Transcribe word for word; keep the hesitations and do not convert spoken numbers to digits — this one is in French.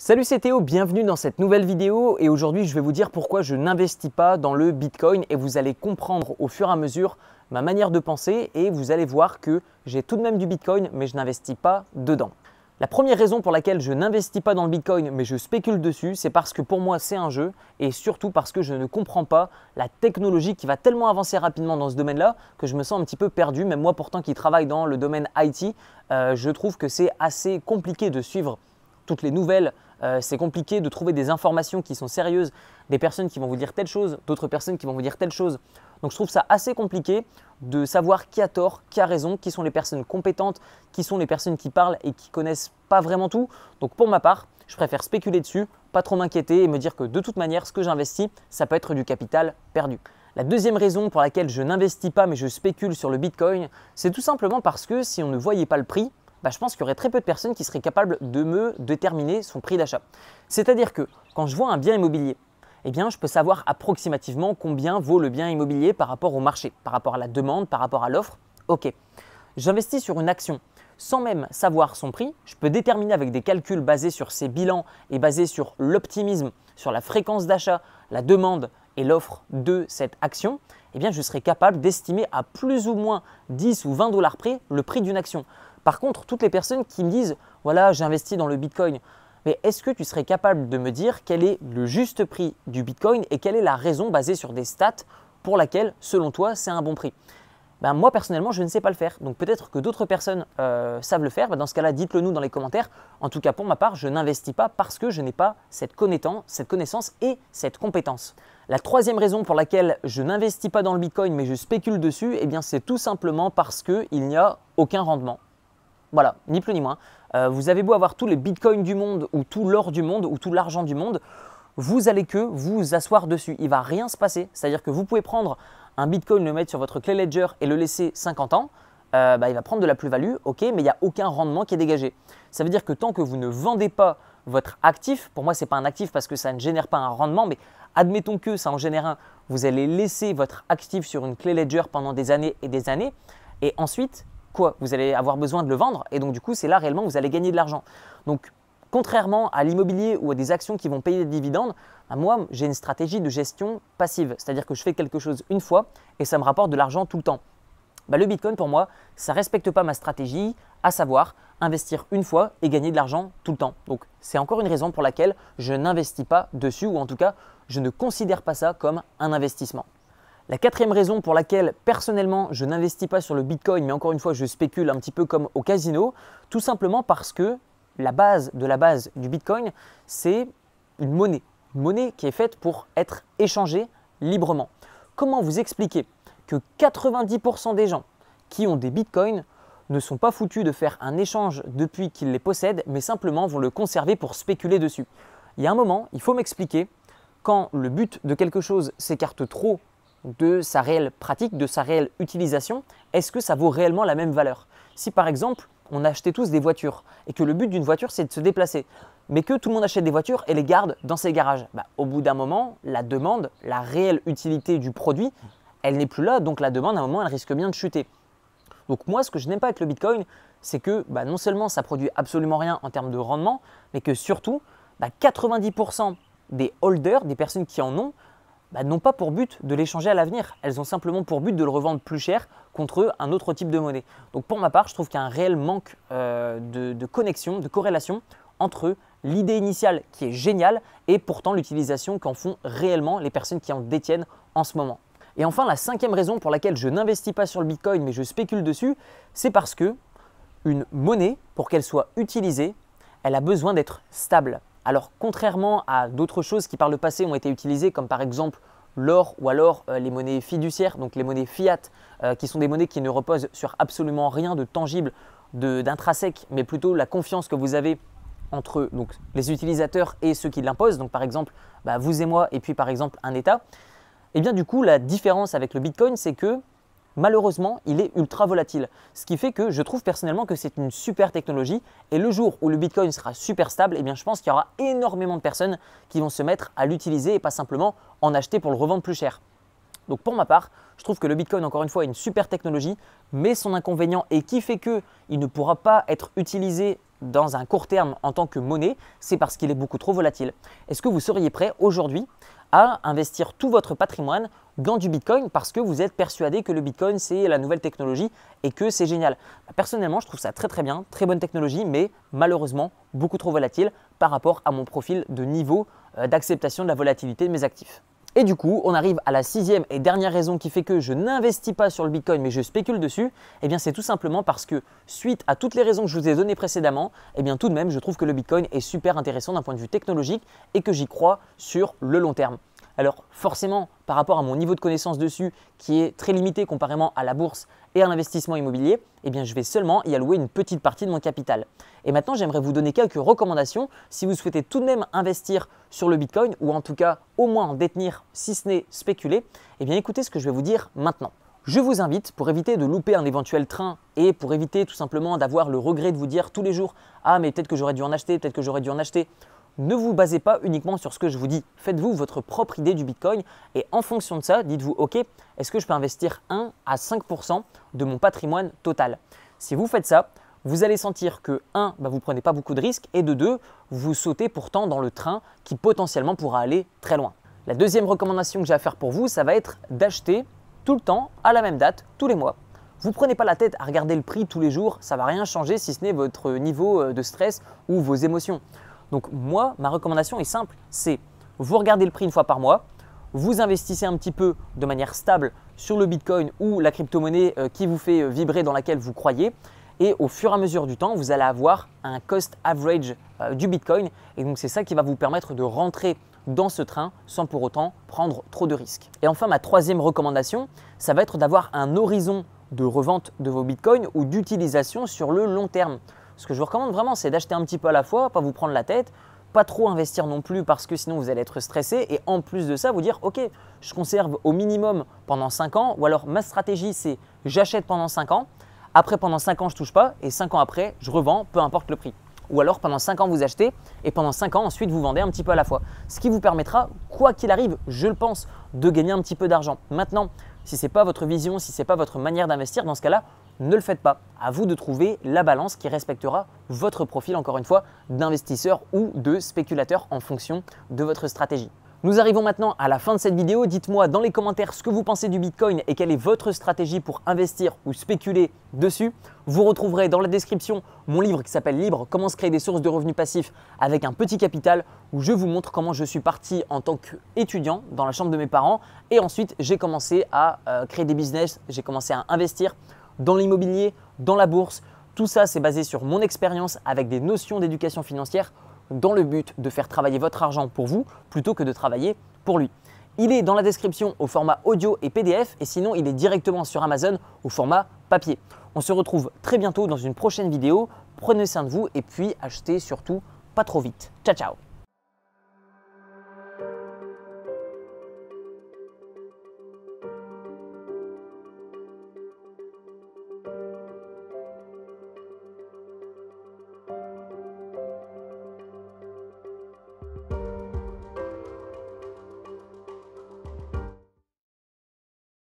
Salut, c'est Théo, bienvenue dans cette nouvelle vidéo et aujourd'hui je vais vous dire pourquoi je n'investis pas dans le Bitcoin et vous allez comprendre au fur et à mesure ma manière de penser et vous allez voir que j'ai tout de même du Bitcoin mais je n'investis pas dedans. La première raison pour laquelle je n'investis pas dans le Bitcoin mais je spécule dessus, c'est parce que pour moi c'est un jeu et surtout parce que je ne comprends pas la technologie qui va tellement avancer rapidement dans ce domaine-là que je me sens un petit peu perdu. Même moi pourtant qui travaille dans le domaine I T, euh, je trouve que c'est assez compliqué de suivre toutes les nouvelles. Euh, c'est compliqué de trouver des informations qui sont sérieuses, des personnes qui vont vous dire telle chose, d'autres personnes qui vont vous dire telle chose. Donc je trouve ça assez compliqué de savoir qui a tort, qui a raison, qui sont les personnes compétentes, qui sont les personnes qui parlent et qui connaissent pas vraiment tout. Donc pour ma part, je préfère spéculer dessus, pas trop m'inquiéter et me dire que de toute manière, ce que j'investis, ça peut être du capital perdu. La deuxième raison pour laquelle je n'investis pas mais je spécule sur le Bitcoin, c'est tout simplement parce que si on ne voyait pas le prix, bah, je pense qu'il y aurait très peu de personnes qui seraient capables de me déterminer son prix d'achat. C'est-à-dire que quand je vois un bien immobilier, eh bien, je peux savoir approximativement combien vaut le bien immobilier par rapport au marché, par rapport à la demande, par rapport à l'offre. Ok, j'investis sur une action sans même savoir son prix. Je peux déterminer avec des calculs basés sur ses bilans et basés sur l'optimisme, sur la fréquence d'achat, la demande et l'offre de cette action. Eh bien, je serai capable d'estimer à plus ou moins dix ou vingt dollars près le prix d'une action. Par contre, toutes les personnes qui me disent « voilà, j'ai investi dans le Bitcoin », mais est-ce que tu serais capable de me dire quel est le juste prix du Bitcoin et quelle est la raison basée sur des stats pour laquelle, selon toi, c'est un bon prix? Ben, moi, personnellement, je ne sais pas le faire. Donc peut-être que d'autres personnes euh, savent le faire. Ben, dans ce cas-là, dites-le nous dans les commentaires. En tout cas, pour ma part, je n'investis pas parce que je n'ai pas cette connaissance, cette connaissance et cette compétence. La troisième raison pour laquelle je n'investis pas dans le Bitcoin mais je spécule dessus, eh bien, c'est tout simplement parce qu'il n'y a aucun rendement. Voilà, ni plus ni moins. Euh, vous avez beau avoir tous les bitcoins du monde ou tout l'or du monde ou tout l'argent du monde, vous allez que vous asseoir dessus. Il ne va rien se passer. C'est-à-dire que vous pouvez prendre un bitcoin, le mettre sur votre clé Ledger et le laisser cinquante ans. Euh, bah, il va prendre de la plus-value, ok, mais il n'y a aucun rendement qui est dégagé. Ça veut dire que tant que vous ne vendez pas votre actif, pour moi ce n'est pas un actif parce que ça ne génère pas un rendement, mais admettons que ça en génère un, vous allez laisser votre actif sur une clé Ledger pendant des années et des années et ensuite, quoi, vous allez avoir besoin de le vendre et donc du coup c'est là réellement que vous allez gagner de l'argent. Donc contrairement à l'immobilier ou à des actions qui vont payer des dividendes, bah, moi j'ai une stratégie de gestion passive, c'est-à-dire que je fais quelque chose une fois et ça me rapporte de l'argent tout le temps. Bah, le Bitcoin pour moi ça ne respecte pas ma stratégie, à savoir investir une fois et gagner de l'argent tout le temps. Donc c'est encore une raison pour laquelle je n'investis pas dessus ou en tout cas je ne considère pas ça comme un investissement. La quatrième raison pour laquelle personnellement je n'investis pas sur le Bitcoin, mais encore une fois je spécule un petit peu comme au casino, tout simplement parce que la base de la base du Bitcoin, c'est une monnaie. Une monnaie qui est faite pour être échangée librement. Comment vous expliquer que quatre-vingt-dix pour cent des gens qui ont des Bitcoins ne sont pas foutus de faire un échange depuis qu'ils les possèdent, mais simplement vont le conserver pour spéculer dessus? Il y a un moment, il faut m'expliquer, quand le but de quelque chose s'écarte trop de sa réelle pratique, de sa réelle utilisation, est-ce que ça vaut réellement la même valeur? Si par exemple, on achetait tous des voitures et que le but d'une voiture c'est de se déplacer, mais que tout le monde achète des voitures et les garde dans ses garages, bah, au bout d'un moment, la demande, la réelle utilité du produit, elle n'est plus là, donc la demande à un moment elle risque bien de chuter. Donc moi ce que je n'aime pas avec le Bitcoin, c'est que bah, non seulement ça produit absolument rien en termes de rendement, mais que surtout bah, quatre-vingt-dix pour cent des holders, des personnes qui en ont, Bah, n'ont pas pour but de l'échanger à l'avenir. Elles ont simplement pour but de le revendre plus cher contre un autre type de monnaie. Donc pour ma part, je trouve qu'il y a un réel manque euh, de, de connexion, de corrélation entre l'idée initiale qui est géniale et pourtant l'utilisation qu'en font réellement les personnes qui en détiennent en ce moment. Et enfin, la cinquième raison pour laquelle je n'investis pas sur le Bitcoin mais je spécule dessus, c'est parce que une monnaie, pour qu'elle soit utilisée, elle a besoin d'être stable. Alors contrairement à d'autres choses qui par le passé ont été utilisées comme par exemple l'or ou alors euh, les monnaies fiduciaires, donc les monnaies fiat euh, qui sont des monnaies qui ne reposent sur absolument rien de tangible, d'intrinsèque, mais plutôt la confiance que vous avez entre donc, les utilisateurs et ceux qui l'imposent, donc par exemple bah, vous et moi et puis par exemple un État. Et bien du coup la différence avec le Bitcoin c'est que malheureusement, il est ultra volatile. Ce qui fait que je trouve personnellement que c'est une super technologie et le jour où le Bitcoin sera super stable, eh bien, je pense qu'il y aura énormément de personnes qui vont se mettre à l'utiliser et pas simplement en acheter pour le revendre plus cher. Donc pour ma part, je trouve que le Bitcoin, encore une fois, est une super technologie, mais son inconvénient est qui fait qu'il ne pourra pas être utilisé dans un court terme en tant que monnaie, c'est parce qu'il est beaucoup trop volatile. Est-ce que vous seriez prêt aujourd'hui à investir tout votre patrimoine dans du Bitcoin parce que vous êtes persuadé que le Bitcoin c'est la nouvelle technologie et que c'est génial? Personnellement, je trouve ça très très bien, très bonne technologie, mais malheureusement beaucoup trop volatile par rapport à mon profil de niveau d'acceptation de la volatilité de mes actifs. Et du coup, on arrive à la sixième et dernière raison qui fait que je n'investis pas sur le Bitcoin mais je spécule dessus. Eh bien, c'est tout simplement parce que suite à toutes les raisons que je vous ai données précédemment, eh bien tout de même, je trouve que le Bitcoin est super intéressant d'un point de vue technologique et que j'y crois sur le long terme. Alors forcément, par rapport à mon niveau de connaissance dessus qui est très limité comparément à la bourse et à l'investissement immobilier, eh bien, je vais seulement y allouer une petite partie de mon capital. Et maintenant, j'aimerais vous donner quelques recommandations si vous souhaitez tout de même investir sur le Bitcoin ou en tout cas au moins en détenir si ce n'est spéculer. Eh bien, écoutez ce que je vais vous dire maintenant. Je vous invite, pour éviter de louper un éventuel train et pour éviter tout simplement d'avoir le regret de vous dire tous les jours « Ah, mais peut-être que j'aurais dû en acheter, peut-être que j'aurais dû en acheter », ne vous basez pas uniquement sur ce que je vous dis. Faites-vous votre propre idée du Bitcoin et en fonction de ça, dites-vous « Ok, est-ce que je peux investir un à cinq pour cent de mon patrimoine total ?» Si vous faites ça, vous allez sentir que un, bah, vous ne prenez pas beaucoup de risques et de deux, vous sautez pourtant dans le train qui potentiellement pourra aller très loin. La deuxième recommandation que j'ai à faire pour vous, ça va être d'acheter tout le temps, à la même date, tous les mois. Vous ne prenez pas la tête à regarder le prix tous les jours, ça ne va rien changer si ce n'est votre niveau de stress ou vos émotions. Donc moi, ma recommandation est simple, c'est vous regardez le prix une fois par mois, vous investissez un petit peu de manière stable sur le Bitcoin ou la crypto-monnaie qui vous fait vibrer, dans laquelle vous croyez. Et au fur et à mesure du temps, vous allez avoir un cost average du Bitcoin. Et donc, c'est ça qui va vous permettre de rentrer dans ce train sans pour autant prendre trop de risques. Et enfin, ma troisième recommandation, ça va être d'avoir un horizon de revente de vos Bitcoins ou d'utilisation sur le long terme. Ce que je vous recommande vraiment, c'est d'acheter un petit peu à la fois, pas vous prendre la tête, pas trop investir non plus parce que sinon vous allez être stressé et en plus de ça, vous dire « Ok, je conserve au minimum pendant cinq ans » ou alors ma stratégie, c'est j'achète pendant cinq ans. Après, pendant cinq ans, je ne touche pas et cinq ans après, je revends, peu importe le prix. Ou alors, pendant cinq ans, vous achetez et pendant cinq ans, ensuite, vous vendez un petit peu à la fois. Ce qui vous permettra, quoi qu'il arrive, je le pense, de gagner un petit peu d'argent. Maintenant, si ce n'est pas votre vision, si ce n'est pas votre manière d'investir, dans ce cas-là, ne le faites pas. À vous de trouver la balance qui respectera votre profil, encore une fois, d'investisseur ou de spéculateur en fonction de votre stratégie. Nous arrivons maintenant à la fin de cette vidéo. Dites-moi dans les commentaires ce que vous pensez du Bitcoin et quelle est votre stratégie pour investir ou spéculer dessus. Vous retrouverez dans la description mon livre qui s'appelle Libre, comment se créer des sources de revenus passifs avec un petit capital, où je vous montre comment je suis parti en tant qu'étudiant dans la chambre de mes parents et ensuite j'ai commencé à euh, créer des business, j'ai commencé à investir dans l'immobilier, dans la bourse. Tout ça, c'est basé sur mon expérience avec des notions d'éducation financière dans le but de faire travailler votre argent pour vous plutôt que de travailler pour lui. Il est dans la description au format audio et P D F et sinon il est directement sur Amazon au format papier. On se retrouve très bientôt dans une prochaine vidéo. Prenez soin de vous et puis achetez surtout pas trop vite. Ciao ciao!